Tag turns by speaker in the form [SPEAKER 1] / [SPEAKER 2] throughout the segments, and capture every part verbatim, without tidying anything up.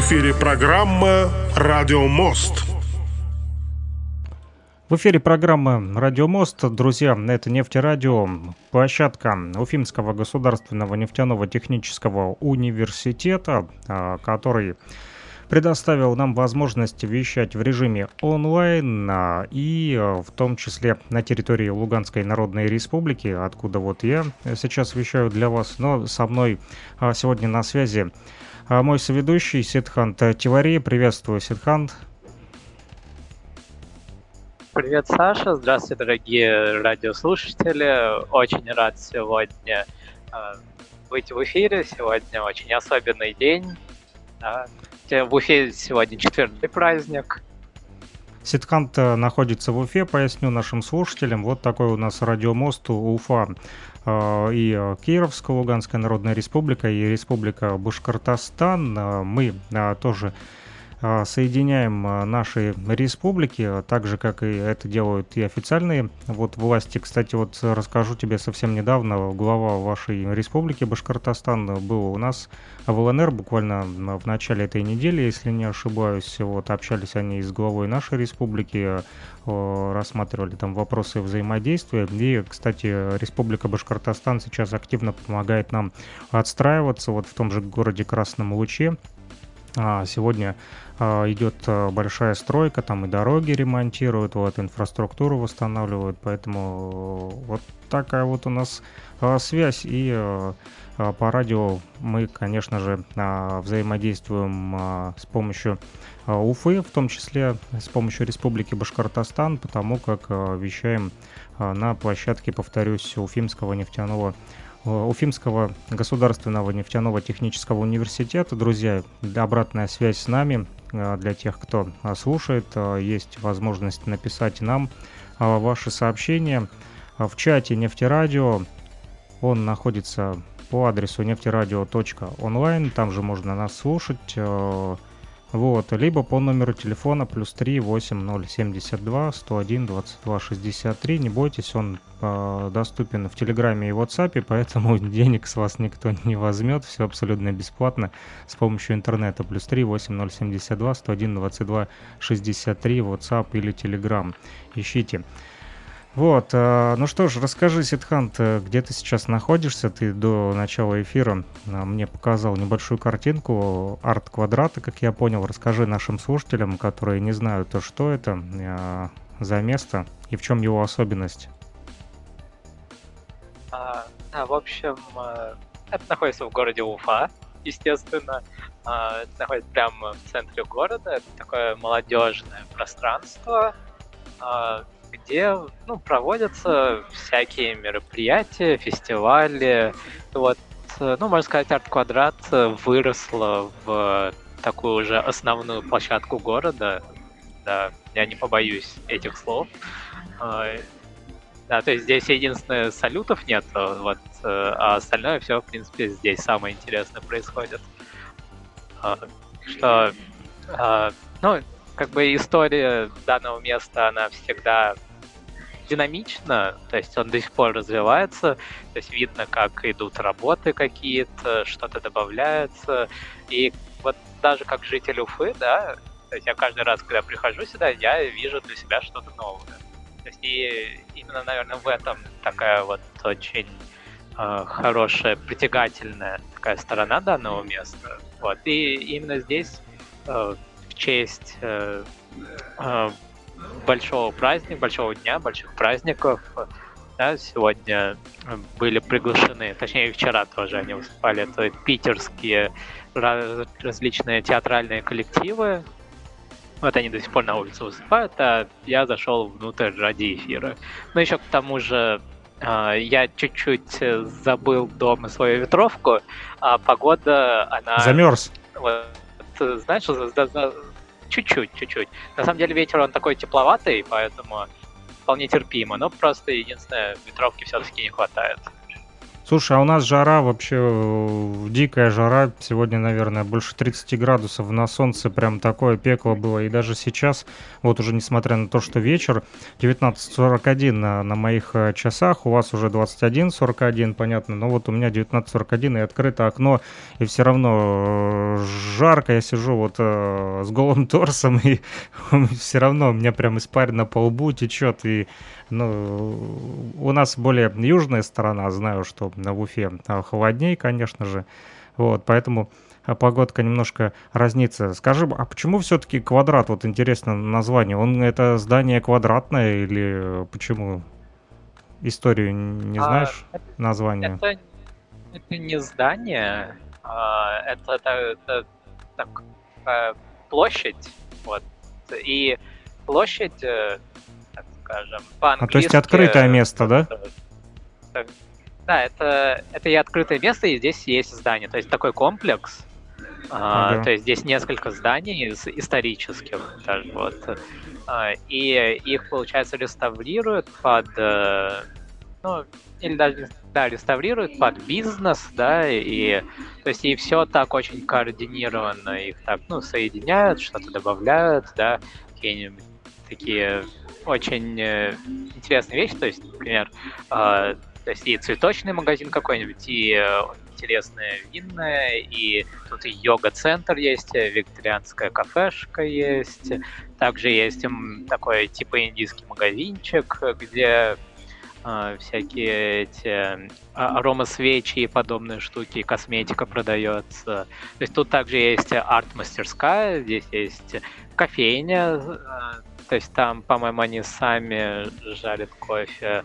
[SPEAKER 1] эфире программа «Радио Мост».
[SPEAKER 2] В эфире программа «Радио Мост». Друзья, это Нефтерадио, площадка Уфимского государственного нефтяного технического университета, который предоставил нам возможность вещать в режиме онлайн, и в том числе на территории Луганской Народной Республики, откуда вот я сейчас вещаю для вас. Но со мной сегодня на связи мой соведущий Сидхант Тивари. Приветствую, Сидхант.
[SPEAKER 3] Привет, Саша. Здравствуйте, дорогие радиослушатели. Очень рад сегодня э, быть в эфире. Сегодня очень особенный день. Да. В Уфе сегодня четвертый праздник.
[SPEAKER 2] Сидхант находится в Уфе, поясню нашим слушателям. Вот такой у нас радиомост Уфа э, и Кировская, Луганская Народная Республика и Республика Башкортостан. Мы э, тоже соединяем наши республики, так же, как и это делают и официальные вот власти. Кстати, вот расскажу тебе, совсем недавно глава вашей республики Башкортостан был у нас в ЛНР буквально в начале этой недели, если не ошибаюсь. Вот общались они с главой нашей республики, рассматривали там вопросы взаимодействия. И, кстати, Республика Башкортостан сейчас активно помогает нам отстраиваться вот в том же городе Красном Луче. Сегодня идет большая стройка, там и дороги ремонтируют, вот, инфраструктуру восстанавливают, поэтому вот такая вот у нас связь. И по радио мы, конечно же, взаимодействуем с помощью Уфы, в том числе с помощью Республики Башкортостан, потому как вещаем на площадке, повторюсь, Уфимского нефтяного Уфимского государственного нефтяного технического университета. Друзья, обратная связь с нами. Для тех, кто слушает, есть возможность написать нам ваши сообщения в чате Нефтерадио. Он находится по адресу нефтерадио точка онлайн. Там же можно нас слушать. Вот, либо по номеру телефона плюс три восемь ноль семьдесят два сто один двадцать два шестьдесят три. Не бойтесь, он э, доступен в Телеграме и WhatsApp, поэтому денег с вас никто не возьмет, все абсолютно бесплатно с помощью интернета. Плюс три восемь ноль семьдесят два сто один двадцать два шестьдесят три, WhatsApp или Telegram. Ищите. Вот, э, ну что ж, расскажи, Сидхант, где ты сейчас находишься? Ты до начала эфира мне показал небольшую картинку арт-квадрата, как я понял. Расскажи нашим слушателям, которые не знают, то что это э, за место и в чем его особенность.
[SPEAKER 3] А, а, в общем, это находится в городе Уфа, естественно. Это находится прямо в центре города. Это такое молодежное пространство, где, ну, проводятся всякие мероприятия, фестивали. Вот, ну, можно сказать, арт-квадрат выросла в такую уже основную площадку города. Да, я не побоюсь этих слов. Да, то есть здесь единственное, салютов нет, вот, а остальное все, в принципе, здесь самое интересное происходит. Что, ну, как бы история данного места, она всегда динамична, то есть он до сих пор развивается, то есть видно, как идут работы какие-то, что-то добавляется, и вот даже как житель Уфы, да, то есть я каждый раз, когда прихожу сюда, я вижу для себя что-то новое. То есть и именно, наверное, в этом такая вот очень э, хорошая, притягательная такая сторона данного места. Вот, и именно здесь э, в честь э, э, большого праздника, большого дня, больших праздников, да, сегодня были приглашены, точнее вчера тоже они выступали, это питерские раз, различные театральные коллективы. Вот они до сих пор на улице выступают, а я зашел внутрь ради эфира. Ну еще к тому же э, я чуть-чуть забыл дома свою ветровку, а погода, она...
[SPEAKER 2] Замерз.
[SPEAKER 3] Вот, знаешь, за, за, за, чуть-чуть, чуть-чуть. На самом деле ветер, он такой тепловатый, поэтому вполне терпимо, но просто единственное, ветровки все-таки не хватает.
[SPEAKER 2] Слушай, а у нас жара вообще, э, дикая жара. Сегодня, наверное, больше тридцати градусов на солнце. Прям такое пекло было. И даже сейчас, вот уже несмотря на то, что вечер, девятнадцать сорок один на, на моих э, часах, у вас уже двадцать один сорок один, понятно. Но вот у меня девятнадцать сорок один и открыто окно, и все равно э, жарко. Я сижу вот э, с голым торсом, и все равно у меня прям испарина по лбу течет. И ну, у нас более южная сторона, знаю, что в Уфе а, холодней, конечно же, вот, поэтому а, погодка немножко разнится. Скажи, а почему все-таки квадрат, вот интересно название, он это здание квадратное или почему? Историю не
[SPEAKER 3] А,
[SPEAKER 2] знаешь, название?
[SPEAKER 3] это, это не здание, а, это, это, это так, э, площадь, вот, и площадь, э, так скажем,
[SPEAKER 2] А то есть
[SPEAKER 3] по-английски...
[SPEAKER 2] открытое место, да?
[SPEAKER 3] э, Да, это, это и открытое место, и здесь есть здание. То есть такой комплекс. а,
[SPEAKER 2] Ага.
[SPEAKER 3] То есть здесь несколько зданий из- исторических даже вот. А, И их, получается, реставрируют под... э, Ну, или даже, не- да, реставрируют под бизнес, да, и... То есть и все так очень координированно, их так, ну, соединяют, что-то добавляют, да, какие-нибудь такие очень э, интересные вещи. То есть, например, э, то есть и цветочный магазин какой-нибудь, и э, интересное винное, и тут и йога-центр есть, э, вегетарианская кафешка есть, также есть м, такой типа индийский магазинчик, э, где э, всякие эти э, а- аромасвечи и подобные штуки, косметика продается. То есть тут также есть арт-мастерская, здесь есть кофейня, э, то есть там, по-моему, они сами жарят кофе.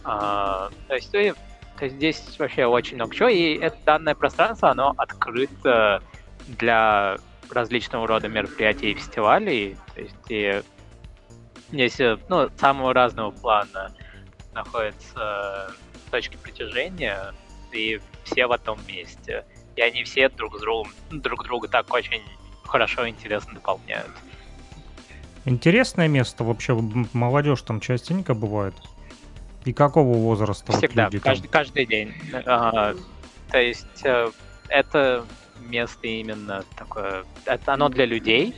[SPEAKER 3] А, то есть, и- то есть здесь вообще очень много чего, и это данное пространство, оно открыто для различного рода мероприятий и фестивалей. То есть и здесь, э, ну, самого разного плана находятся точки притяжения, и все в одном месте. И они все друг с другом, друг друга так очень хорошо и интересно дополняют.
[SPEAKER 2] Интересное место вообще, м, молодежь там частенько бывает. И какого возраста вот
[SPEAKER 3] Всегда,
[SPEAKER 2] люди там?
[SPEAKER 3] каждый, каждый день. А, то есть э, это место именно такое, это оно для людей,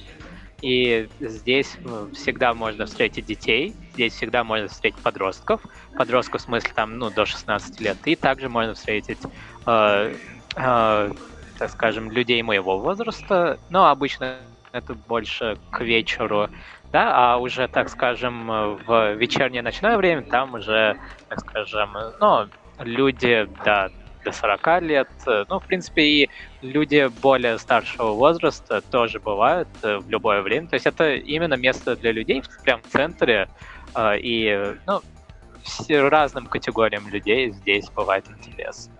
[SPEAKER 3] и здесь э, всегда можно встретить детей, здесь всегда можно встретить подростков, подростков в смысле там, ну, до шестнадцати лет, и также можно встретить, э, э, так скажем, людей моего возраста, но обычно это больше к вечеру, да, а уже, так скажем, э, в вечернее ночное время там уже, так скажем, э, ну, люди, да, до сорока лет, э, ну, в принципе, и люди более старшего возраста тоже бывают э, в любое время. То есть это именно место для людей, в- прям в центре. э, И, э, ну, все разным категориям людей здесь бывает интересно.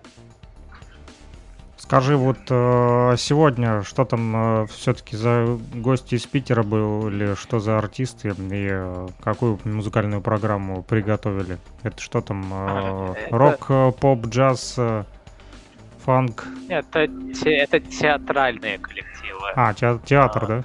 [SPEAKER 2] Скажи, вот э, сегодня что там все-таки за гости из Питера были, что за артисты и э, какую музыкальную программу приготовили? Это что там? э,
[SPEAKER 3] Это,
[SPEAKER 2] рок, э, поп, джаз, э, фанк?
[SPEAKER 3] это, те- это театральные коллективы.
[SPEAKER 2] А, теа- театр,
[SPEAKER 3] А,
[SPEAKER 2] да?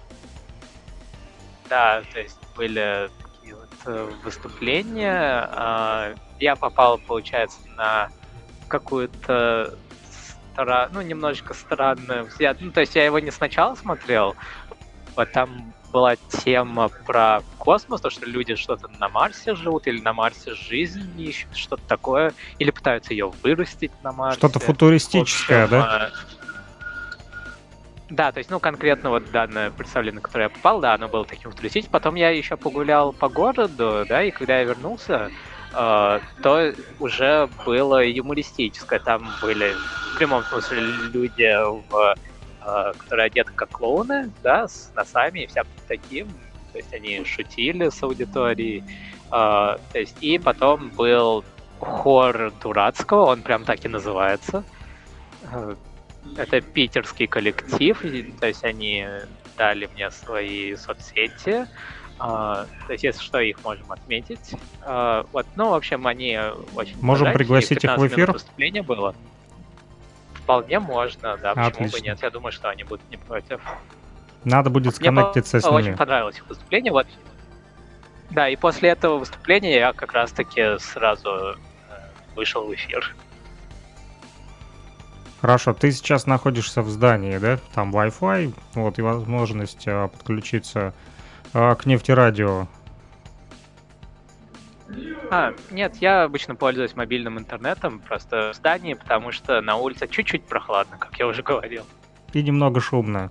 [SPEAKER 3] Да, то есть были такие вот э, выступления. А, Я попал, получается, на какую-то стра... ну, немножечко странную взгляд. Ну, то есть я его не сначала смотрел, вот там была тема про космос, то, что люди что-то на Марсе живут, или на Марсе жизнь ищут, что-то такое, или пытаются ее вырастить на Марсе.
[SPEAKER 2] Что-то
[SPEAKER 3] В
[SPEAKER 2] футуристическое,
[SPEAKER 3] общем,
[SPEAKER 2] да?
[SPEAKER 3] э, да, то есть, ну, конкретно вот данное представление, на которое я попал, да, оно было таким футуристическим. Потом я еще погулял по городу, да, и когда я вернулся, э, то уже было юмористическое. Там были в прямом смысле люди, в, э, которые одеты как клоуны, да, с носами и всяким таким. То есть они шутили с аудиторией. Э, то есть, и потом был хор Дурацкого, он прям так и называется. Э, Это питерский коллектив, и, то есть они дали мне свои соцсети, а, то есть если что, их можем отметить. А, вот, ну, в общем, они очень
[SPEAKER 2] Можем
[SPEAKER 3] понравились, и
[SPEAKER 2] пригласить их в
[SPEAKER 3] пятнадцать минут
[SPEAKER 2] эфир?
[SPEAKER 3] выступления было. Вполне можно, да, почему бы
[SPEAKER 2] Отлично.
[SPEAKER 3] нет, я думаю, что они будут не против.
[SPEAKER 2] Надо будет
[SPEAKER 3] Мне по-
[SPEAKER 2] сконнектиться с
[SPEAKER 3] очень
[SPEAKER 2] ними.
[SPEAKER 3] понравилось их выступление, вот. Да, и после этого выступления я как раз-таки сразу э, вышел в эфир.
[SPEAKER 2] Хорошо, ты сейчас находишься в здании, да? Там Wi-Fi, вот, и возможность а, подключиться а, к нефтерадио.
[SPEAKER 3] А, нет, я обычно пользуюсь мобильным интернетом просто в здании, потому что на улице чуть-чуть прохладно, как я уже говорил.
[SPEAKER 2] И немного шумно.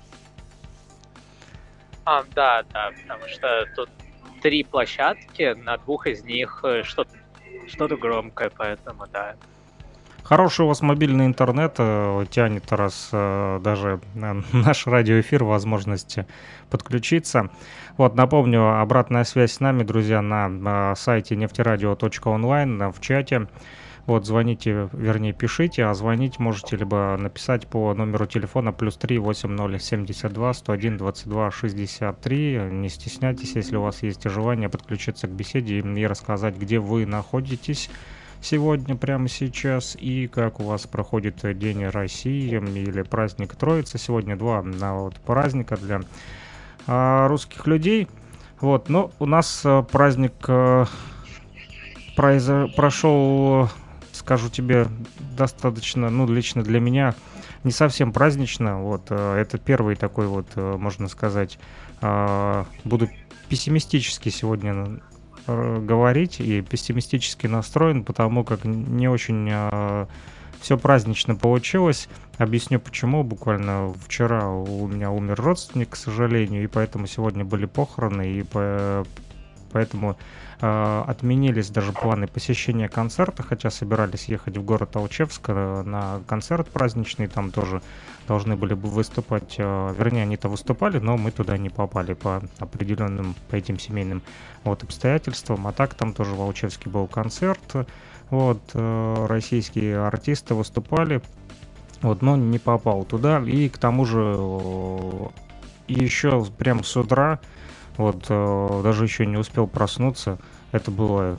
[SPEAKER 3] А, да, да, потому что тут три площадки, на двух из них э, что-то что-то громкое, поэтому да.
[SPEAKER 2] Хороший у вас мобильный интернет э, тянет, раз э, даже э, наш радиоэфир, возможности подключиться. Вот, напомню, обратная связь с нами, друзья, на э, сайте нефтерадио точка онлайн, э, в чате. Вот, звоните, вернее, пишите, а звонить можете либо написать по номеру телефона плюс три восемь ноль семьдесят два сто один двадцать два шестьдесят три. Не стесняйтесь, если у вас есть желание подключиться к беседе и рассказать, где вы находитесь сегодня, прямо сейчас, и как у вас проходит День России или праздник Троицы. Сегодня два на вот, праздника для а, русских людей. Вот, но у нас а, праздник а, произо- прошел, скажу тебе, достаточно, ну, лично для меня, не совсем празднично. Вот, а, это первый такой вот, а, можно сказать, а, буду пессимистически сегодня э, говорить и пессимистически настроен, потому как не очень э, все празднично получилось. Объясню почему. Буквально вчера у меня умер родственник, к сожалению, и поэтому сегодня были похороны, и по- поэтому э, отменились даже планы посещения концерта, хотя собирались ехать в город Алчевск э, на концерт праздничный, там тоже должны были бы выступать, э, вернее, они-то выступали, но мы туда не попали по определенным, по этим семейным вот обстоятельствам, а так там тоже в Алчевске был концерт, вот, э, российские артисты выступали, вот, но не попал туда, и к тому же э, еще прям с утра, вот, э, даже еще не успел проснуться, это было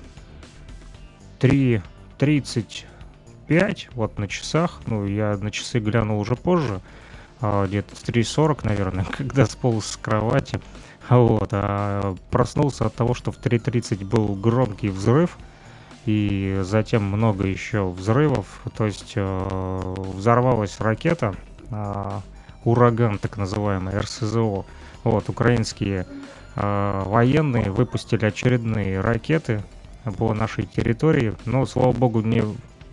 [SPEAKER 2] три тридцать пять, вот, на часах, ну, я на часы глянул уже позже, а, где-то в три сорок, наверное, когда сполз с кровати, вот, а проснулся от того, что в три тридцать был громкий взрыв, и затем много еще взрывов, то есть э, взорвалась ракета, а, ураган так называемый, эр эс зэ о, вот, украинские э, военные выпустили очередные ракеты по нашей территории, но, слава богу, не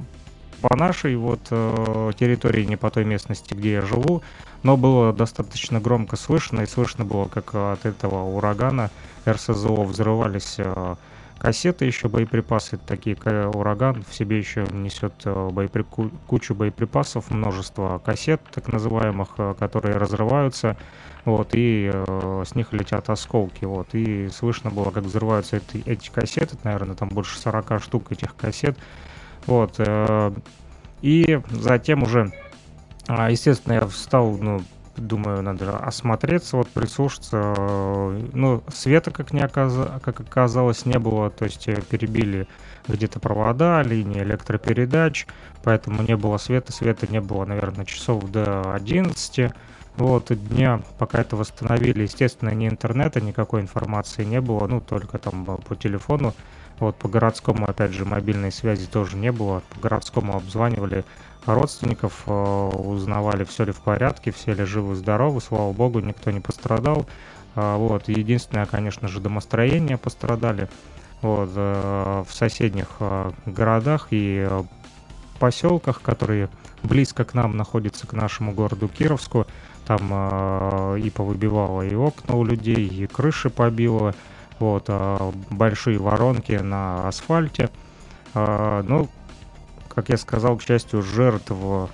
[SPEAKER 2] по нашей вот э, территории, не по той местности, где я живу, но было достаточно громко слышно, и слышно было, как от этого урагана эр эс зэ о взрывались э, кассеты, еще боеприпасы, такие ка- ураган в себе еще несет э, боепри- ку- кучу боеприпасов, множество кассет, так называемых, э, которые разрываются, вот, и э, с них летят осколки, вот, и слышно было, как взрываются эти, эти кассеты, наверное, там больше сорок штук этих кассет, вот, э, и затем уже, а, естественно, я встал, ну, думаю, надо осмотреться, вот, прислушаться. э, Ну, света, как, не оказа- как оказалось, не было, то есть э, перебили где-то провода, линии электропередач, поэтому не было света, света не было, наверное, часов до одиннадцати. Вот, и дня, пока это восстановили, естественно, ни интернета, никакой информации не было, ну, только там э, по телефону. Вот, по городскому, опять же, мобильной связи тоже не было. По городскому обзванивали родственников, э, узнавали, все ли в порядке, все ли живы-здоровы, слава богу, никто не пострадал. А, вот, единственное, конечно же, домостроения пострадали. Вот, э, в соседних э, городах и э, поселках, которые близко к нам находятся, к нашему городу Кировску, там э, и повыбивало и окна у людей, и крыши побило, вот, а, большие воронки на асфальте. А, ну, как я сказал, к счастью, жертв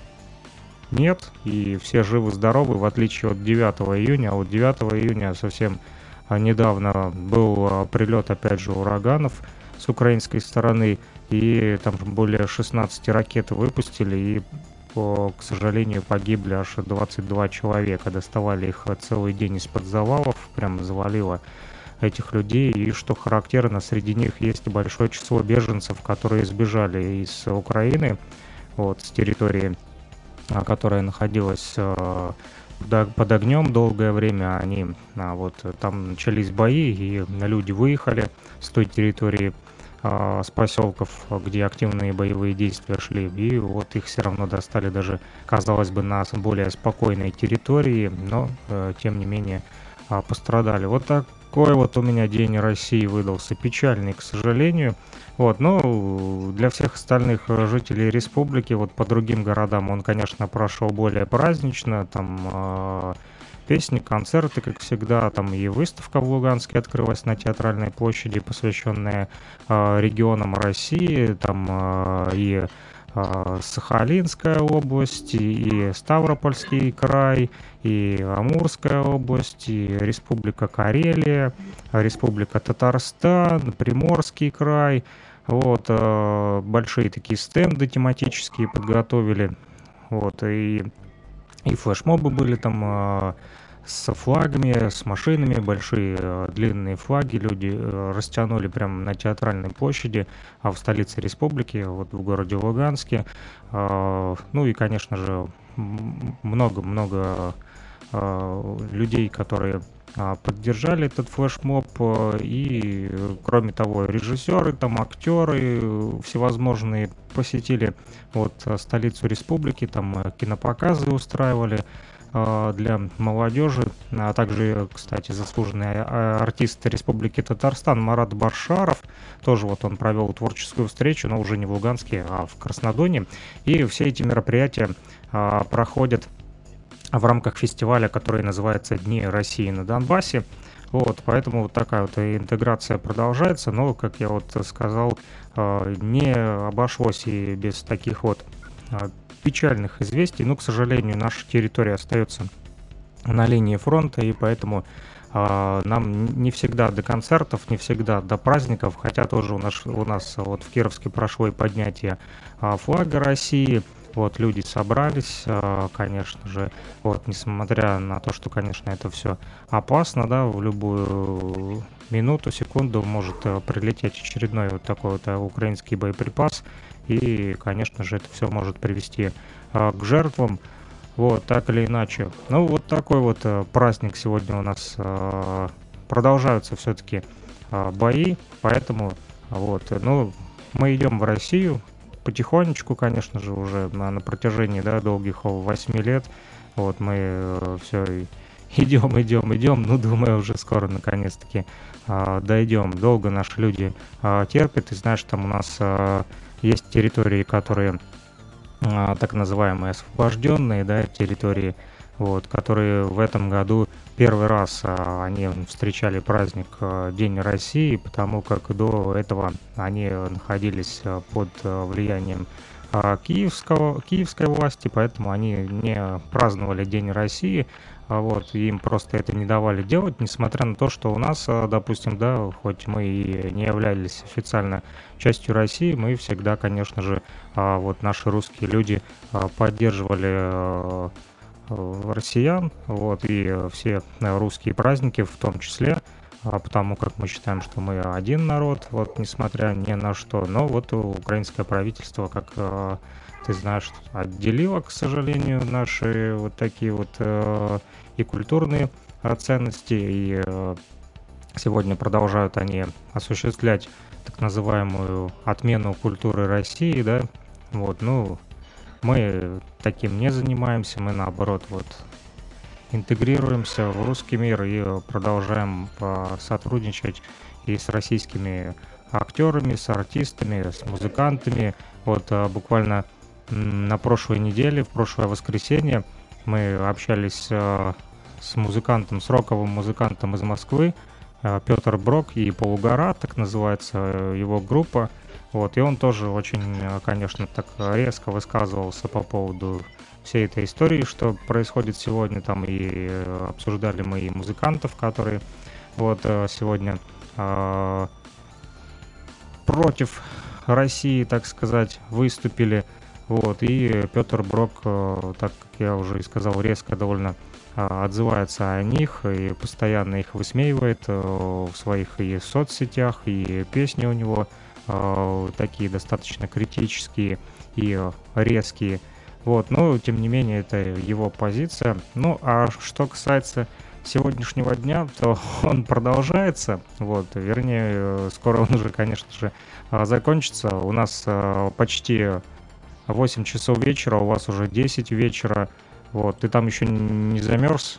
[SPEAKER 2] нет, и все живы-здоровы, в отличие от девятого июня. А вот девятого июня совсем а, недавно был а, прилет, опять же, ураганов с украинской стороны, и там более шестнадцать ракет выпустили, и, по, к сожалению, погибли аж двадцать два человека. Доставали их целый день из-под завалов, прям завалило этих людей, и что характерно, среди них есть большое число беженцев, которые сбежали из Украины, вот, с территории, а, которая находилась а, да- под огнем долгое время. Они, а, вот, там начались бои, и люди выехали с той территории, а, с поселков, где активные боевые действия шли, и вот их все равно достали даже, казалось бы, на более спокойной территории, но э, тем не менее а, пострадали. Вот такой вот у меня День России выдался, печальный, к сожалению. Вот, ну, для всех остальных э, жителей республики, вот по другим городам он, конечно, прошел более празднично, там э, песни, концерты, как всегда, там и выставка в Луганске открылась на Театральной площади, посвященная э, регионам России, там э, и э, Сахалинская область, и Ставропольский край, и Амурская область, и Республика Карелия, Республика Татарстан, Приморский край. Вот, э, большие такие стенды тематические подготовили. Вот, и, и флешмобы были там э, с флагами, с машинами, большие э, длинные флаги люди э, растянули прямо на Театральной площади, а в столице республики, вот в городе Луганске. Э, ну и, конечно же, м- много-много э, людей, которые а, поддержали этот флешмоб, э, и, э, кроме того, режиссеры, там, актеры э, всевозможные посетили вот э, столицу республики, там э, кинопоказы устраивали э, для молодежи, а также, кстати, заслуженный а- артист Республики Татарстан Марат Баршаров, тоже вот он провел творческую встречу, но уже не в Луганске, а в Краснодоне, и все эти мероприятия а, проходят в рамках фестиваля, который называется «Дни России на Донбассе». Вот, поэтому вот такая вот интеграция продолжается, но, как я вот сказал, э, не обошлось и без таких вот э, печальных известий. Ну, к сожалению, наша территория остается на линии фронта, и поэтому э, нам не всегда до концертов, не всегда до праздников, хотя тоже у нас, у нас вот в Кировске прошло и поднятие э, флага России. Вот, люди собрались, э, конечно же, вот, несмотря на то, что, конечно, это все опасно, да, в любую минуту, секунду может э, прилететь очередной вот такой вот э, украинский боеприпас, и, конечно же, это все может привести э, к жертвам, вот, так или иначе. Ну, вот такой вот э, праздник сегодня у нас, э, продолжаются все-таки э, бои, поэтому, вот, ну, мы идем в Россию, потихонечку, конечно же, уже на, на протяжении, да, долгих восьми лет, вот мы э, все идем, идем, идем, ну, думаю, уже скоро, наконец-таки, э, дойдем. Долго наши люди э, терпят, и знаешь, там у нас э, есть территории, которые э, так называемые освобожденные, да, территории, вот, которые в этом году первый раз а, они встречали праздник а, День России, потому как до этого они находились а, под а, влиянием а, киевского, киевской власти, поэтому они не праздновали День России, а вот, и им просто это не давали делать, несмотря на то, что у нас, а, допустим, да, хоть мы и не являлись официально частью России, мы всегда, конечно же, а, вот наши русские люди а, поддерживали а, э, россиян, вот, и э, все э, русские праздники в том числе, а, потому как мы считаем, что мы один народ, вот, несмотря ни на что, но вот украинское правительство, как э, ты знаешь, отделило, к сожалению, наши вот такие вот э, и культурные э, ценности, и э, сегодня продолжают они осуществлять так называемую отмену культуры России, да, вот, ну, мы таким не занимаемся, мы наоборот вот интегрируемся в русский мир и продолжаем а, сотрудничать и с российскими актерами, с артистами, с музыкантами. Вот а, буквально м, на прошлой неделе, в прошлое воскресенье мы общались а, с музыкантом, с роковым музыкантом из Москвы, а, Петр Брок и Полугора, так называется э, его группа. Вот, и он тоже очень, э, конечно, так резко высказывался по поводу всей этой истории, что происходит сегодня там, и э, обсуждали мы и музыкантов, которые вот э, сегодня э, против России, так сказать, выступили. Вот, и Петр Брок, э, так как я уже и сказал, резко довольно э, отзывается о них и постоянно их высмеивает э, в своих и соцсетях, и песни у него э, такие достаточно критические и э, резкие. Вот, но тем не менее это его позиция. Ну, а что касается сегодняшнего дня, то он продолжается, вот, вернее, э, скоро он уже, конечно же, а, закончится. У нас а, почти восемь часов вечера, у вас уже десять вечера, вот, ты там еще не замерз?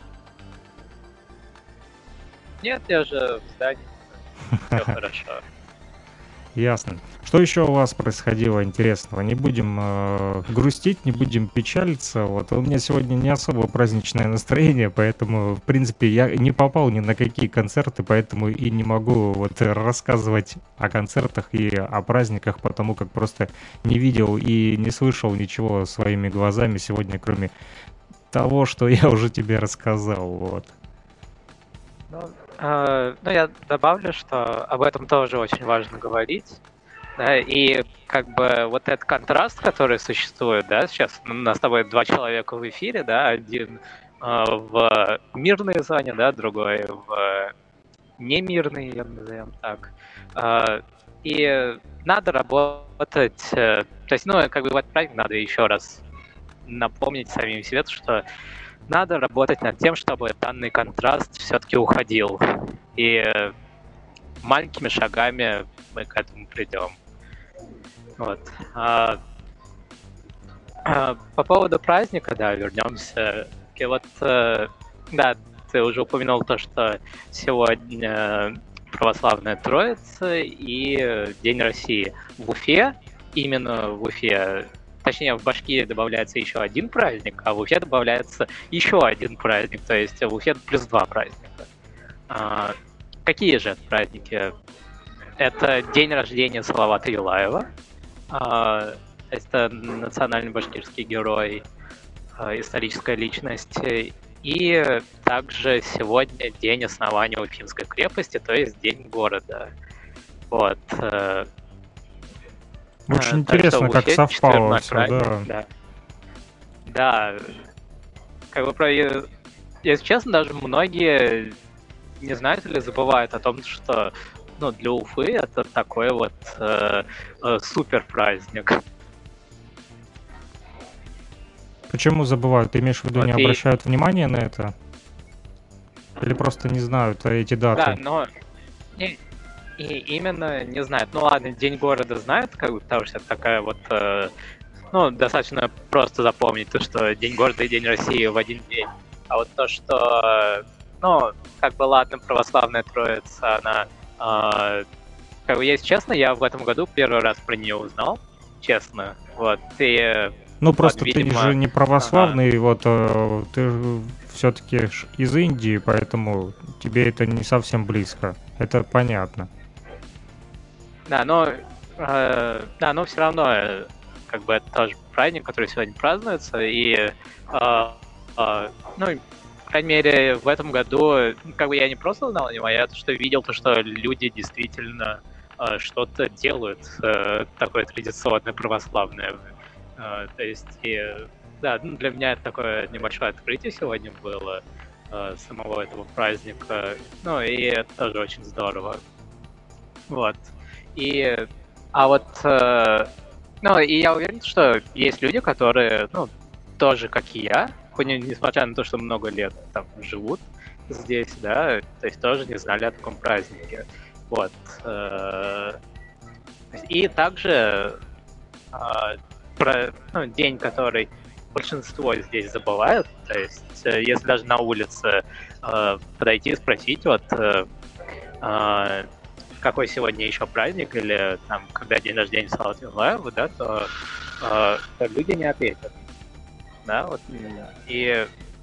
[SPEAKER 3] Нет, я же в здании, все хорошо.
[SPEAKER 2] Ясно. Что еще у вас происходило интересного? Не будем э, грустить, не будем печалиться. Вот у меня сегодня не особо праздничное настроение, поэтому, в принципе, я не попал ни на какие концерты, поэтому и не могу вот рассказывать о концертах и о праздниках, потому как просто не видел и не слышал ничего своими глазами сегодня, кроме того, что я уже тебе рассказал. Вот.
[SPEAKER 3] Ну, э, ну, я добавлю, что об этом тоже очень важно говорить. Да, и как бы вот этот контраст, который существует, да, сейчас у нас с тобой два человека в эфире, да, один э, в мирной зоне, да, другой в немирной, я назовем так. Э, и надо работать, э, то есть, ну, как бы в этот праздник надо еще раз напомнить самим себе, что надо работать над тем, чтобы данный контраст все-таки уходил. И э, маленькими шагами мы к этому придем. Вот. А, а, по поводу праздника, да, вернемся. И вот, э, да, ты уже упомянул то, что сегодня православная Троица и День России. В Уфе, именно в Уфе, точнее, в Башкирии добавляется еще один праздник, а в Уфе добавляется еще один праздник, то есть в Уфе плюс два праздника. А, какие же это праздники? Это день рождения Салавата Юлаева. А, это национальный башкирский герой, а, историческая личность. И также сегодня день основания Уфимской крепости, то есть день города. Вот.
[SPEAKER 2] Очень интересно, как совпало все, да.
[SPEAKER 3] да. Да. Как бы, про, если честно, даже многие не знают или забывают о том, что, ну, для Уфы это такой вот э, э, супер праздник.
[SPEAKER 2] Почему забывают? Ты имеешь в виду,
[SPEAKER 3] Вот
[SPEAKER 2] не
[SPEAKER 3] и...
[SPEAKER 2] обращают внимания на это? Или просто не знают эти даты?
[SPEAKER 3] Да, но и, и именно не знают. Ну ладно, День города знают, как бы, потому что это такая вот, э, ну, достаточно просто запомнить то, что День города и День России в один день. А вот то, что, ну, как бы, ладно, православная Троица, она, э, как бы, если честно, я в этом году первый раз про нее узнал, честно, вот, и...
[SPEAKER 2] Ну, просто
[SPEAKER 3] вот,
[SPEAKER 2] ты
[SPEAKER 3] видимо...
[SPEAKER 2] же не православный,
[SPEAKER 3] ага.
[SPEAKER 2] вот, э, ты все-таки из Индии, поэтому тебе это не совсем близко, это понятно.
[SPEAKER 3] Да, но, э, да, но все равно, э, как бы, это тоже праздник, который сегодня празднуется, и, э, э, ну, по крайней мере, в этом году, как бы, я не просто узнал о нем, а я то, что видел, то, что люди действительно э, что-то делают э, такое традиционное, православное. Э, то есть, и, да, ну, для меня это такое небольшое открытие сегодня было э, самого этого праздника, ну, и это тоже очень здорово. Вот. И, а вот, э, ну, и я уверен, что есть люди, которые, ну, тоже, как и я, хоть несмотря на то, что много лет там живут здесь, да, то есть тоже не знали о таком празднике. Вот. Э, и также э, про, ну, день, который большинство здесь забывают, то есть э, если даже на улице э, подойти и спросить, вот, э, э, какой сегодня еще праздник, или там, когда день рождения Салавата Юлаева, да, то, э, то люди не ответят. Да, вот именно. И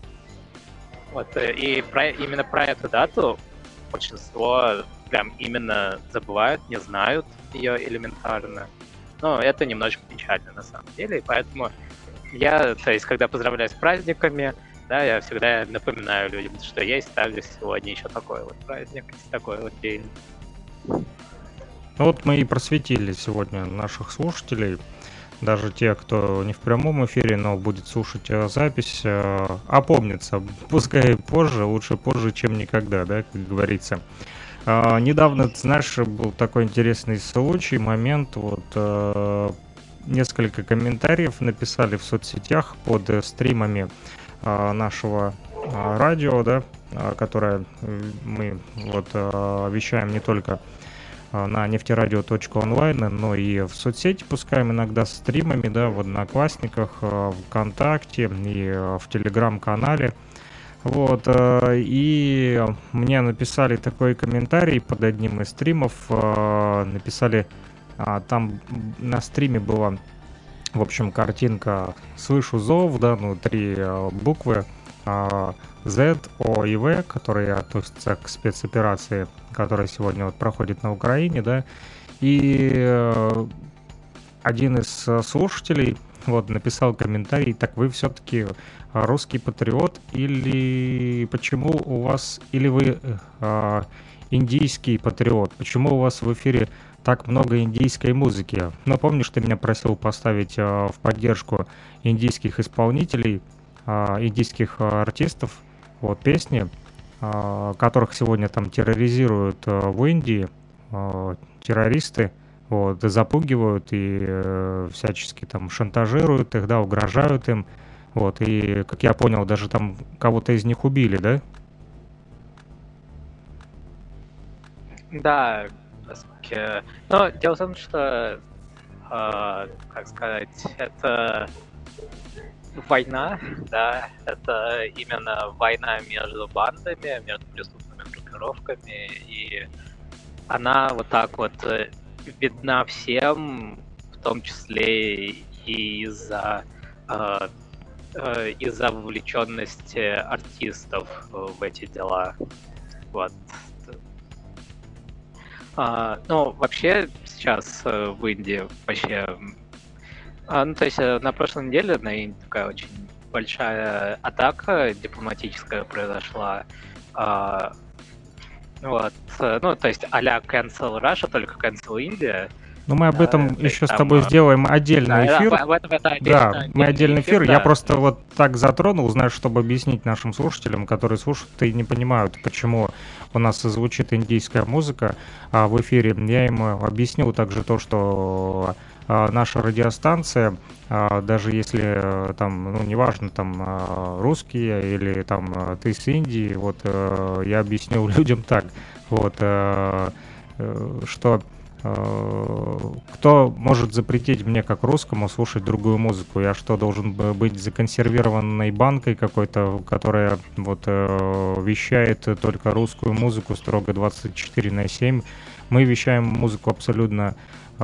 [SPEAKER 3] вот и про, именно про эту дату большинство прям именно забывают, не знают ее элементарно. Но это немножко печально на самом деле, и поэтому я, то есть, когда поздравляю с праздниками, да, я всегда напоминаю людям, что есть также сегодня еще такой вот праздник, такой вот день.
[SPEAKER 2] Ну вот мы и просветили сегодня наших слушателей, даже те, кто не в прямом эфире, но будет слушать э, запись, э, опомнится, пускай позже, лучше позже, чем никогда, да, как говорится. Э, недавно, знаешь, был такой интересный случай, момент, вот, э, несколько комментариев написали в соцсетях под э, стримами э, нашего э, радио, да, а, которая э, мы вот а, вещаем не только а, на нефтерадио точка онлайн, но и в соцсети пускаем иногда с стримами, да, в Одноклассниках, а, ВКонтакте и а, в Телеграм-канале. Вот, э, и мне написали такой комментарий под одним из стримов, э, написали, а, там на стриме была, в общем, картинка «Слышу зов», да, ну, три э, буквы, а, Z, O и V, которые относятся к спецоперации, которая сегодня вот проходит на Украине, да, и э, один из э, слушателей вот написал комментарий: так вы все-таки русский патриот или почему у вас, или вы э, индийский патриот? Почему у вас в эфире так много индийской музыки? Ну, помнишь, ты меня просил поставить э, в поддержку индийских исполнителей, э, индийских э, артистов, вот песни, э, которых сегодня там терроризируют э, в Индии, э, террористы, вот, запугивают и э, всячески там шантажируют их, да, угрожают им, вот, и, как я понял, даже там кого-то из них убили, да?
[SPEAKER 3] Да, э, но дело в том, что, э, как сказать, это война, да, это именно война между бандами, между преступными группировками, и она вот так вот э, видна всем, в том числе и из-за э, э, из-за вовлеченности артистов в эти дела. Вот. А, ну, вообще сейчас э, в Индии вообще... а, ну, то есть э, на прошлой неделе на Индии такая очень большая атака дипломатическая произошла. А, вот. э, Ну, то есть а-ля Cancel Russia, только Cancel India.
[SPEAKER 2] Ну, мы об
[SPEAKER 3] Да,
[SPEAKER 2] этом
[SPEAKER 3] то
[SPEAKER 2] еще
[SPEAKER 3] есть
[SPEAKER 2] с
[SPEAKER 3] там...
[SPEAKER 2] тобой
[SPEAKER 3] э,
[SPEAKER 2] сделаем
[SPEAKER 3] Да,
[SPEAKER 2] отдельный
[SPEAKER 3] да,
[SPEAKER 2] эфир.
[SPEAKER 3] об этом это
[SPEAKER 2] Да,
[SPEAKER 3] отдельно,
[SPEAKER 2] мы отдельный эфир. Я
[SPEAKER 3] да.
[SPEAKER 2] просто вот так затронул, знаешь, чтобы объяснить нашим слушателям, которые слушают и не понимают, почему у нас звучит индийская музыка а, в эфире. Я им объяснил также то, что а, наша радиостанция, а, даже если э, там, ну, неважно, там а, русские или там а, ты с Индии, вот э, я объяснил людям так, вот, э, э, что э, кто может запретить мне, как русскому, слушать другую музыку? Я что, должен бы быть законсервированной банкой какой-то, которая вот э, вещает только русскую музыку строго двадцать четыре на семь? Мы вещаем музыку абсолютно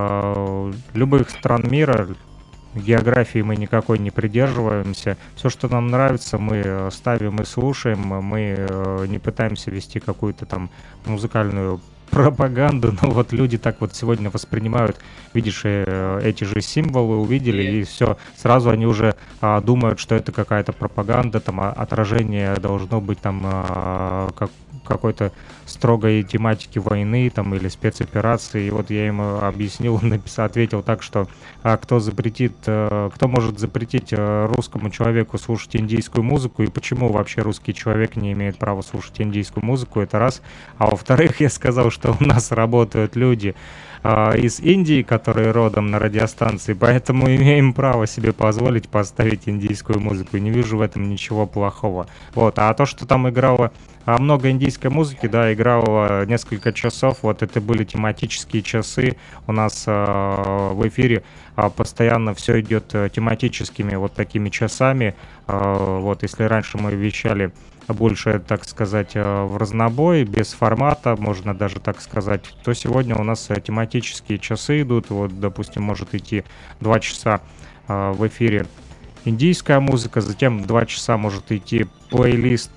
[SPEAKER 2] э, любых стран мира. Географии мы никакой не придерживаемся. Все, что нам нравится, мы э, ставим и слушаем. Мы э, не пытаемся вести какую-то там музыкальную пропаганду, но вот люди так вот сегодня воспринимают, видишь, э, эти же символы увидели, и все, сразу они уже а, думают, что это какая-то пропаганда, там а, отражение должно быть там а, как, какой-то строгой тематики войны там или спецоперации. И вот я им объяснил, написал, ответил так, что а, кто запретит, а, кто может запретить а, русскому человеку слушать индийскую музыку, и почему вообще русский человек не имеет права слушать индийскую музыку, это раз. А во-вторых, я сказал, что у нас работают люди а, из Индии, которые родом на радиостанции, поэтому имеем право себе позволить поставить индийскую музыку, и не вижу в этом ничего плохого. Вот, а то, что там играло а, много индийской музыки, да, играло несколько часов, вот это были тематические часы, у нас а, в эфире а, постоянно все идет а, тематическими вот такими часами, а, вот, если раньше мы вещали больше, так сказать, в разнобой, без формата, можно даже так сказать, то сегодня у нас тематические часы идут. Вот, допустим, может идти два часа в эфире индийская музыка, затем два часа может идти плейлист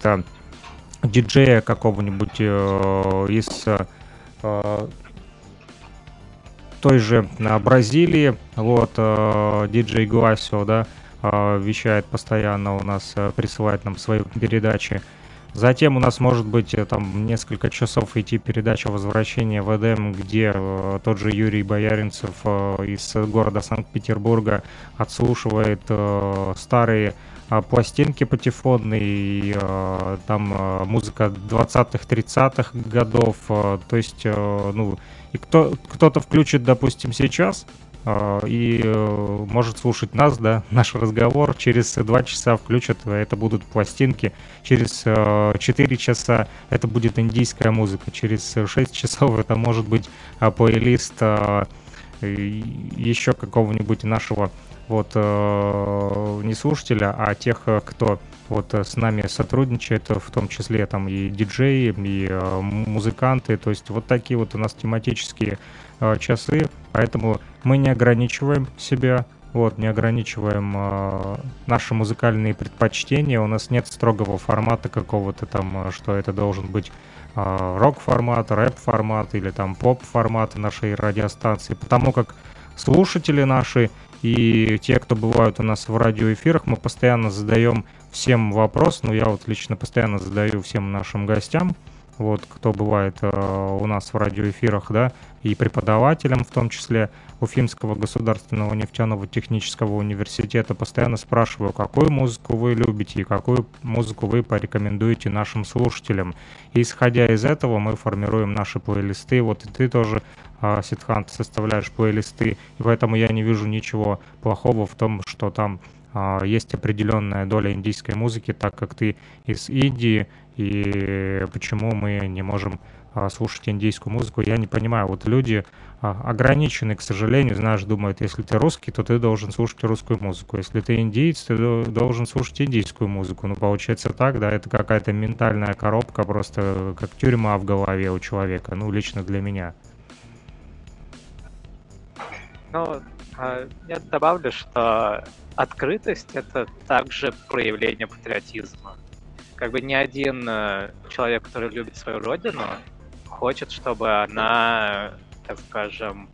[SPEAKER 2] диджея какого-нибудь из той же Бразилии, вот, диджей Гласио, да, вещает постоянно у нас, присылает нам свои передачи. Затем у нас может быть там несколько часов идти передача «Возвращение в Эдем», где э, тот же Юрий Бояринцев э, из города Санкт-Петербурга отслушивает э, старые э, пластинки патефонные, и, э, там э, музыка двадцатых-тридцатых годов, э, то есть, э, ну, и кто, кто-то включит, допустим, сейчас э, и э, может слушать нас, да, наш разговор. Через два часа включат, это будут пластинки. Через э, четыре часа это будет индийская музыка. Через шесть часов это может быть э, плейлист э, еще какого-нибудь нашего вот э, не слушателя, а тех, э, кто вот э, с нами сотрудничает, в том числе там и диджеи, и э, музыканты. То есть вот такие вот у нас тематические э, часы, поэтому мы не ограничиваем себя, вот, не ограничиваем э, наши музыкальные предпочтения. У нас нет строгого формата какого-то там, э, что это должен быть э, рок-формат, рэп-формат или там поп-формат нашей радиостанции, потому как слушатели наши и те, кто бывают у нас в радиоэфирах, мы постоянно задаем всем вопрос, ну я вот лично постоянно задаю всем нашим гостям, вот, кто бывает э, у нас в радиоэфирах, да, и преподавателям, в том числе Уфимского государственного нефтяного технического университета, постоянно спрашиваю, какую музыку вы любите и какую музыку вы порекомендуете нашим слушателям. И исходя из этого мы формируем наши плейлисты. Вот и ты тоже, э, Сидхан, ты составляешь плейлисты, и поэтому я не вижу ничего плохого в том, что там Uh, есть определенная доля индийской музыки, так как ты из Индии, и почему мы не можем uh, слушать индийскую музыку, я не понимаю. Вот люди uh, ограничены, к сожалению, знаешь, думают, если ты русский, то ты должен слушать русскую музыку, если ты индиец, ты должен слушать индийскую музыку. Ну, получается так, да, это какая-то ментальная коробка, просто как тюрьма в голове у человека, ну, лично для меня.
[SPEAKER 3] Ну, я добавлю, что открытость — это также проявление патриотизма. Как бы ни один человек, который любит свою родину, хочет, чтобы она, так скажем,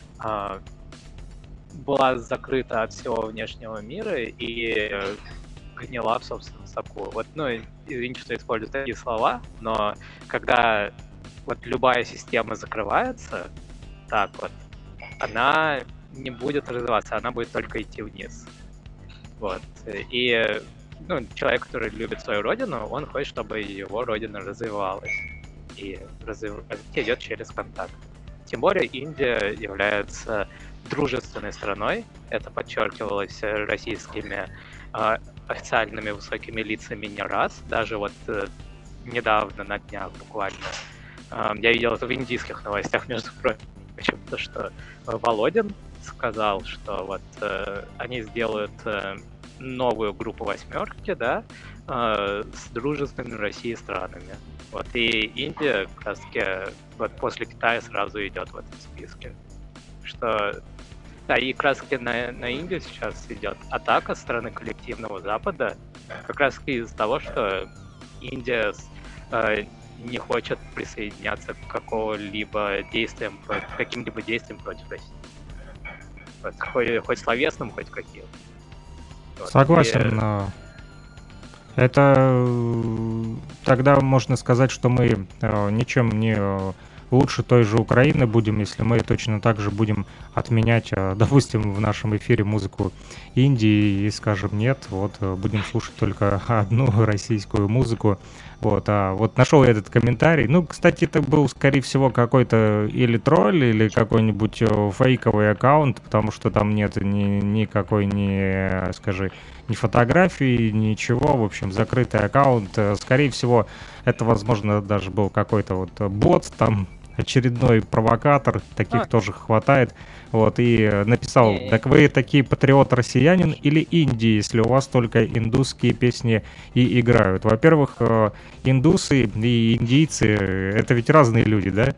[SPEAKER 3] была закрыта от всего внешнего мира и гнила в собственном соку. Вот, ну, извините, что использую такие слова, но когда вот любая система закрывается, так вот, она не будет развиваться, она будет только идти вниз. Вот. И ну, человек, который любит свою родину, он хочет, чтобы его родина развивалась. И развитие идет через контакт. Тем более Индия является дружественной страной. Это подчеркивалось российскими э, официальными высокими лицами не раз. Даже вот э, недавно, на днях буквально, э, я видел это в индийских новостях, между прочим, то, что Володин сказал, что вот э, они сделают э, новую группу восьмерки, да, э, с дружественными Россией странами. Вот, и Индия, как раз таки, вот после Китая сразу идет в этом списке. Что, да, и как раз таки на, на Индию сейчас идет атака со стороны коллективного Запада, как раз таки из-за того, что Индия э, не хочет присоединяться к какого-либо действиям, к каким-либо действиям против России. Вот, хоть, хоть словесным, хоть каким. Вот.
[SPEAKER 2] Согласен. И... Это тогда можно сказать, что мы ничем не лучше той же Украины будем, если мы точно так же будем отменять, допустим, в нашем эфире музыку Индии и скажем нет, вот будем слушать только одну российскую музыку. Вот, а вот нашел я этот комментарий. Ну, кстати, это был, скорее всего, какой-то или тролль, или какой-нибудь фейковый аккаунт, потому что там нет ни, никакой, ни, скажи, ни фотографии, ничего. В общем, закрытый аккаунт. Скорее всего, это, возможно, даже был какой-то вот бот, там, очередной провокатор, таких а. тоже хватает. Вот, и написал, так вы такие патриот-россиянин или Индии, если у вас только индусские песни и играют? Во-первых, индусы и индийцы — это ведь разные люди, да?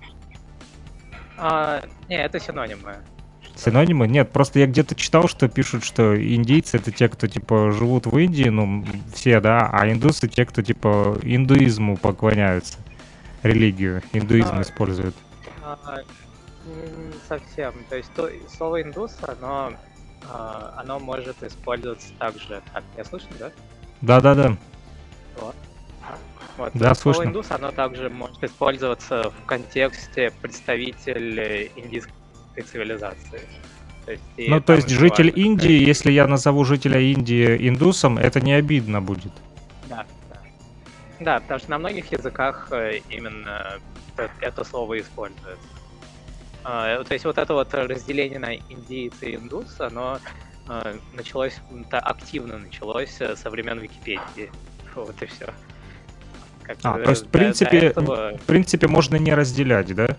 [SPEAKER 3] А, не, это синонимы.
[SPEAKER 2] Синонимы? Нет, просто я где-то читал, что пишут, что индийцы — это те, кто, типа, живут в Индии, ну, все, да, а индусы — те, кто, типа, индуизму поклоняются, религию, индуизм а, используют.
[SPEAKER 3] А, не совсем. То есть то, слово индус, оно, оно может использоваться также... Так, меня слышно, да?
[SPEAKER 2] Да-да-да.
[SPEAKER 3] Вот. Вот.
[SPEAKER 2] Да,
[SPEAKER 3] слово
[SPEAKER 2] слышно.
[SPEAKER 3] индус, оно также может использоваться в контексте представитель индийской цивилизации. То есть,
[SPEAKER 2] ну, то есть житель Индии, если я назову жителя Индии индусом, это не обидно будет?
[SPEAKER 3] Да, да. Да, потому что на многих языках именно это слово используется. А, то есть вот это вот разделение на индийца и индуса, оно а, началось, это активно началось э, со времен Википедии. Вот и все. Как
[SPEAKER 2] А,
[SPEAKER 3] бы
[SPEAKER 2] то есть, в
[SPEAKER 3] до, до
[SPEAKER 2] принципе,
[SPEAKER 3] этого,
[SPEAKER 2] в принципе, можно не разделять, да?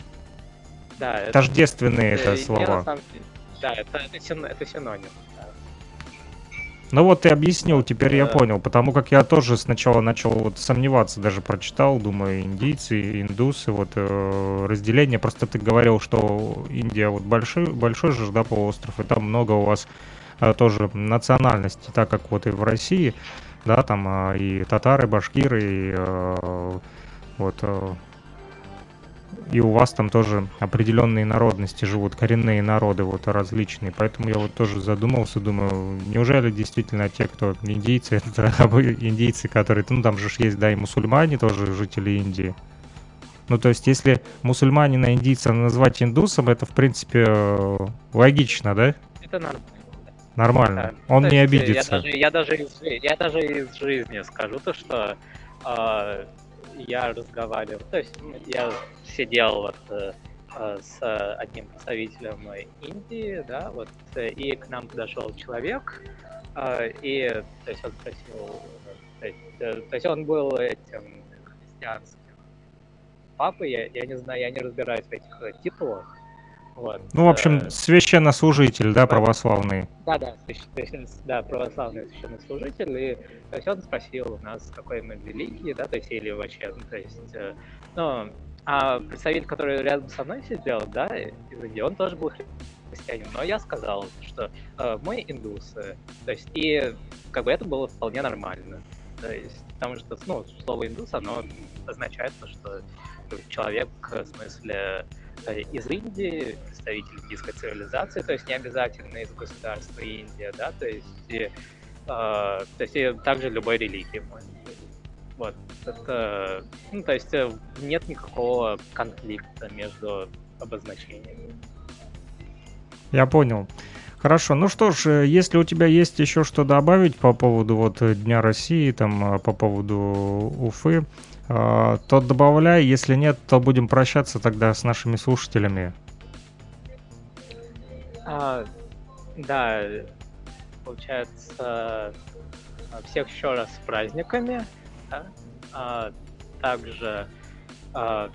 [SPEAKER 3] да, это,
[SPEAKER 2] Тождественные это
[SPEAKER 3] э, мне на
[SPEAKER 2] слова.
[SPEAKER 3] самом деле, да, это, это, син- это синоним. Да.
[SPEAKER 2] Ну вот ты объяснил,
[SPEAKER 3] Вот,
[SPEAKER 2] теперь я
[SPEAKER 3] э,
[SPEAKER 2] понял, потому как я тоже сначала начал вот сомневаться, даже прочитал, думаю, индийцы, индусы, вот э, разделение, просто ты говорил, что Индия вот большой, большой же, да, полуостров, и там много у вас э, тоже национальностей, так как вот и в России, да, там э, и татары, башкиры, и э, вот э, и у вас там тоже определенные народности живут, коренные народы вот различные. Поэтому я вот тоже задумался, думаю, неужели действительно те, кто индийцы, это индийцы, которые, ну там же ж есть, да, и мусульмане тоже, жители Индии. Ну, то есть, если мусульманина индийца назвать индусом, это, в принципе, э, логично, да?
[SPEAKER 3] это нормально.
[SPEAKER 2] Нормально.
[SPEAKER 3] Да.
[SPEAKER 2] Он
[SPEAKER 3] То
[SPEAKER 2] не
[SPEAKER 3] есть э, я
[SPEAKER 2] обидится.
[SPEAKER 3] даже, я даже из, жи- я даже из жизни скажу то, что а, я разговаривал, то есть м, я сидел вот э, э, с одним представителем Индии, да, вот, э, и к нам подошел человек, а, и, то есть он спросил, э, то есть, э, то есть он был этим христианским папой, я, я не знаю, я не разбираюсь в этих э, титулах, вот,
[SPEAKER 2] Ну, в общем,
[SPEAKER 3] э,
[SPEAKER 2] священнослужитель, да,
[SPEAKER 3] по-
[SPEAKER 2] православный.
[SPEAKER 3] Да, да, свящ- священ- да, православный священнослужитель, и то есть он спросил у нас, какой мы великий, да, то есть или вообще, ну, то есть, э, ну, а представитель, который рядом со мной сидел, да, из Индии, он тоже был христианин, но я сказал, что э, мы индусы, то есть и как бы это было вполне нормально, то есть потому что, ну, слово индус, оно означает, то, что человек, в смысле, э, из Индии, представитель индийской цивилизации, то есть не обязательно из государства Индия, да, то есть, и, э, то есть и также любой религии может быть. Вот, это, ну, то есть э, нет никакого конфликта между обозначениями.
[SPEAKER 2] Я понял. Хорошо. Ну что ж, э, если у тебя есть еще что добавить по поводу вот э, Дня России, там, э, по поводу Уфы, э, то добавляй. Если нет, то будем прощаться тогда с нашими слушателями.
[SPEAKER 3] А, да, получается, а, всех еще раз с праздниками, да? А, также а,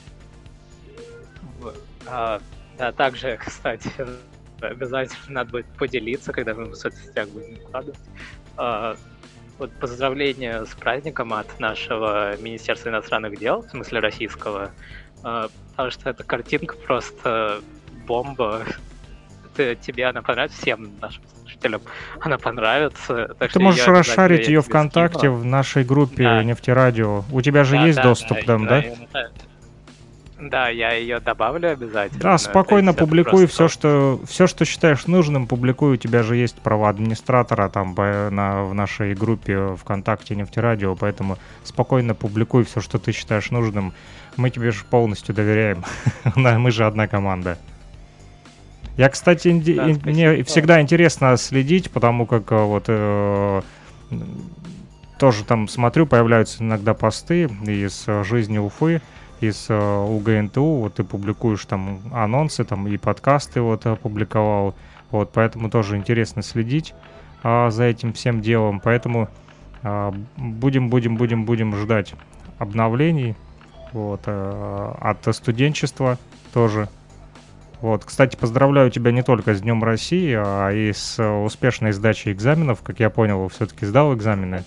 [SPEAKER 3] в- а, да, также, кстати, обязательно надо будет поделиться, когда мы в соцсетях будем выкладывать. А, вот поздравления с праздником от нашего Министерства иностранных дел, в смысле российского, а, потому что эта картинка просто бомба. Ты- тебе она понравится, всем нашим слушателям она понравится, так
[SPEAKER 2] Ты
[SPEAKER 3] что
[SPEAKER 2] можешь
[SPEAKER 3] ее обязательно
[SPEAKER 2] расшарить
[SPEAKER 3] я
[SPEAKER 2] ее
[SPEAKER 3] тебе
[SPEAKER 2] ВКонтакте
[SPEAKER 3] скину.
[SPEAKER 2] в нашей группе
[SPEAKER 3] Да,
[SPEAKER 2] Нефтерадио. У тебя же
[SPEAKER 3] да,
[SPEAKER 2] есть
[SPEAKER 3] да, да,
[SPEAKER 2] доступ там,
[SPEAKER 3] да,
[SPEAKER 2] да?
[SPEAKER 3] именно. Да, я ее добавлю
[SPEAKER 2] Да,
[SPEAKER 3] обязательно. То
[SPEAKER 2] спокойно
[SPEAKER 3] есть это
[SPEAKER 2] публикуй все,
[SPEAKER 3] просто...
[SPEAKER 2] что все, что считаешь нужным, публикуй. У тебя же есть права администратора там по- на, в нашей группе ВКонтакте Нефтерадио, поэтому спокойно публикуй все, что ты считаешь нужным. Мы тебе же полностью доверяем. На- Мы же одна команда. Я, кстати, инди-
[SPEAKER 3] Да,
[SPEAKER 2] ин- мне
[SPEAKER 3] спасибо.
[SPEAKER 2] всегда интересно следить, потому как э, вот э, м, тоже там смотрю, появляются иногда посты из э, жизни Уфы, из э, УГНТУ, вот ты публикуешь там анонсы, там и подкасты вот опубликовал, вот, поэтому тоже интересно следить а, за этим всем делом, поэтому а, будем, будем, будем, будем ждать обновлений, вот, э, от студенчества тоже. Вот, кстати, поздравляю тебя не только с Днем России, а и с э, успешной сдачей экзаменов. Как я понял, все-таки сдал экзамены.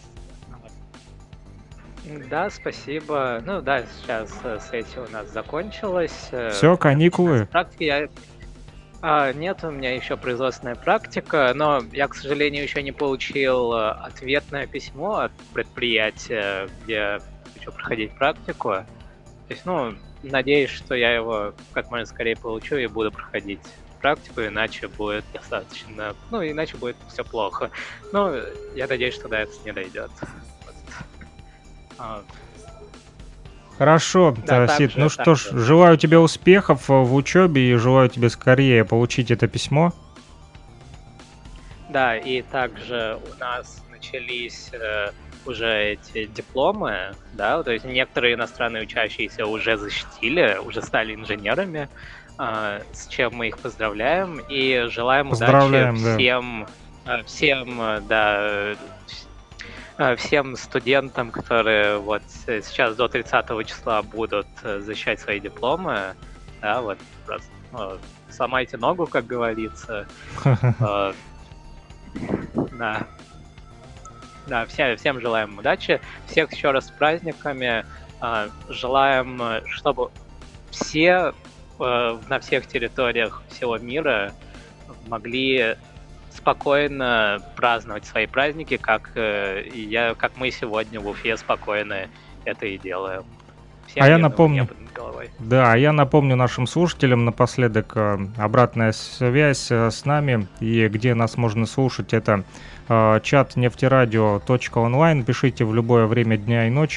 [SPEAKER 3] Да, спасибо. Ну да, сейчас э, сессия у нас закончилась. э,
[SPEAKER 2] Все,
[SPEAKER 3] У меня начинается
[SPEAKER 2] каникулы.
[SPEAKER 3] практика. Я... А, нет, у меня еще производственная практика, но я, к сожалению, еще не получил э, ответное письмо от предприятия, где хочу проходить практику. То есть, ну, надеюсь, что я его как можно скорее получу и буду проходить практику, иначе будет достаточно... Ну, иначе будет все плохо. Ну, я надеюсь, что до этого не дойдет. Вот. А,
[SPEAKER 2] Хорошо,
[SPEAKER 3] Да,
[SPEAKER 2] э, Сид. Ну
[SPEAKER 3] также,
[SPEAKER 2] что ж,
[SPEAKER 3] также.
[SPEAKER 2] желаю тебе успехов э, в учебе и желаю тебе скорее получить это письмо.
[SPEAKER 3] Да, и также у нас начались э, уже эти дипломы, да, то есть некоторые иностранные учащиеся уже защитили, уже стали инженерами, с чем мы их поздравляем и желаем
[SPEAKER 2] Поздравляем,
[SPEAKER 3] удачи
[SPEAKER 2] да.
[SPEAKER 3] всем, всем, да, всем студентам, которые вот сейчас до тридцатого числа будут защищать свои дипломы. Да, вот просто ну, сломайте ногу, как говорится. Да. Да, всем, всем желаем удачи. Всех еще раз с праздниками. Желаем, чтобы все на всех территориях всего мира могли спокойно праздновать свои праздники, как, я, как мы сегодня в Уфе спокойно это и делаем. Всем
[SPEAKER 2] а я напомню,
[SPEAKER 3] над головой.
[SPEAKER 2] Да, я напомню нашим слушателям напоследок обратная связь с нами и где нас можно слушать, это чат нефтерадио точка онлайн. Пишите в любое время дня и ночи,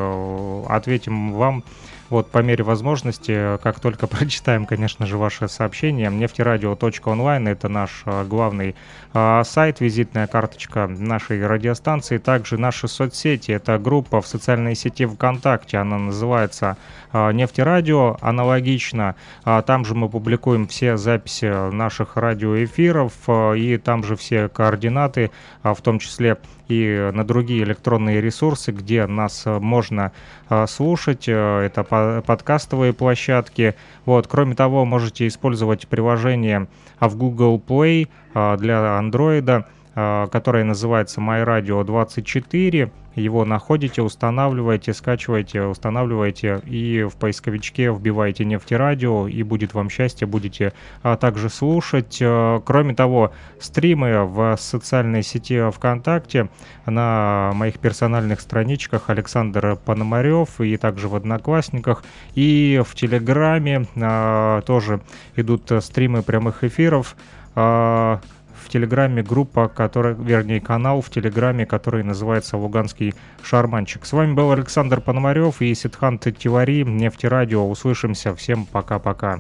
[SPEAKER 2] мы ответим вам вот по мере возможности, как только прочитаем, конечно же, ваше сообщение. нефтерадио точка онлайн — это наш главный сайт, визитная карточка нашей радиостанции. Также наши соцсети — это группа в социальной сети ВКонтакте, она называется «Нефтерадио», аналогично. Там же мы публикуем все записи наших радиоэфиров, и там же все координаты, в том числе и на другие электронные ресурсы, где нас можно слушать. Это подкастовые площадки. Вот. Кроме того, можете использовать приложение в Google Play для Android, которое называется май радио двадцать четыре. Его находите, устанавливаете, скачиваете, устанавливаете и в поисковичке вбиваете «Нефтерадио», и будет вам счастье, будете а, также слушать. Кроме того, стримы в социальной сети ВКонтакте на моих персональных страничках Александр Пономарев, и также в Одноклассниках, и в Телеграме а, тоже идут стримы прямых эфиров. А, в Телеграме группа, которая, вернее, канал в Телеграме, который называется «Луганский шарманчик». С вами был Александр Пономарев и Сидхан Тивари, Нефтерадио. Услышимся. Всем пока-пока.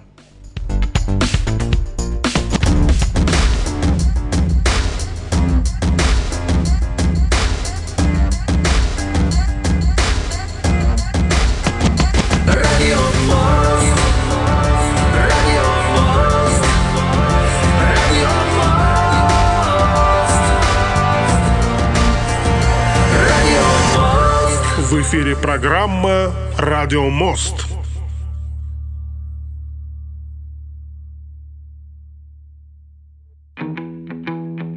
[SPEAKER 1] В эфире программа «Радио Мост».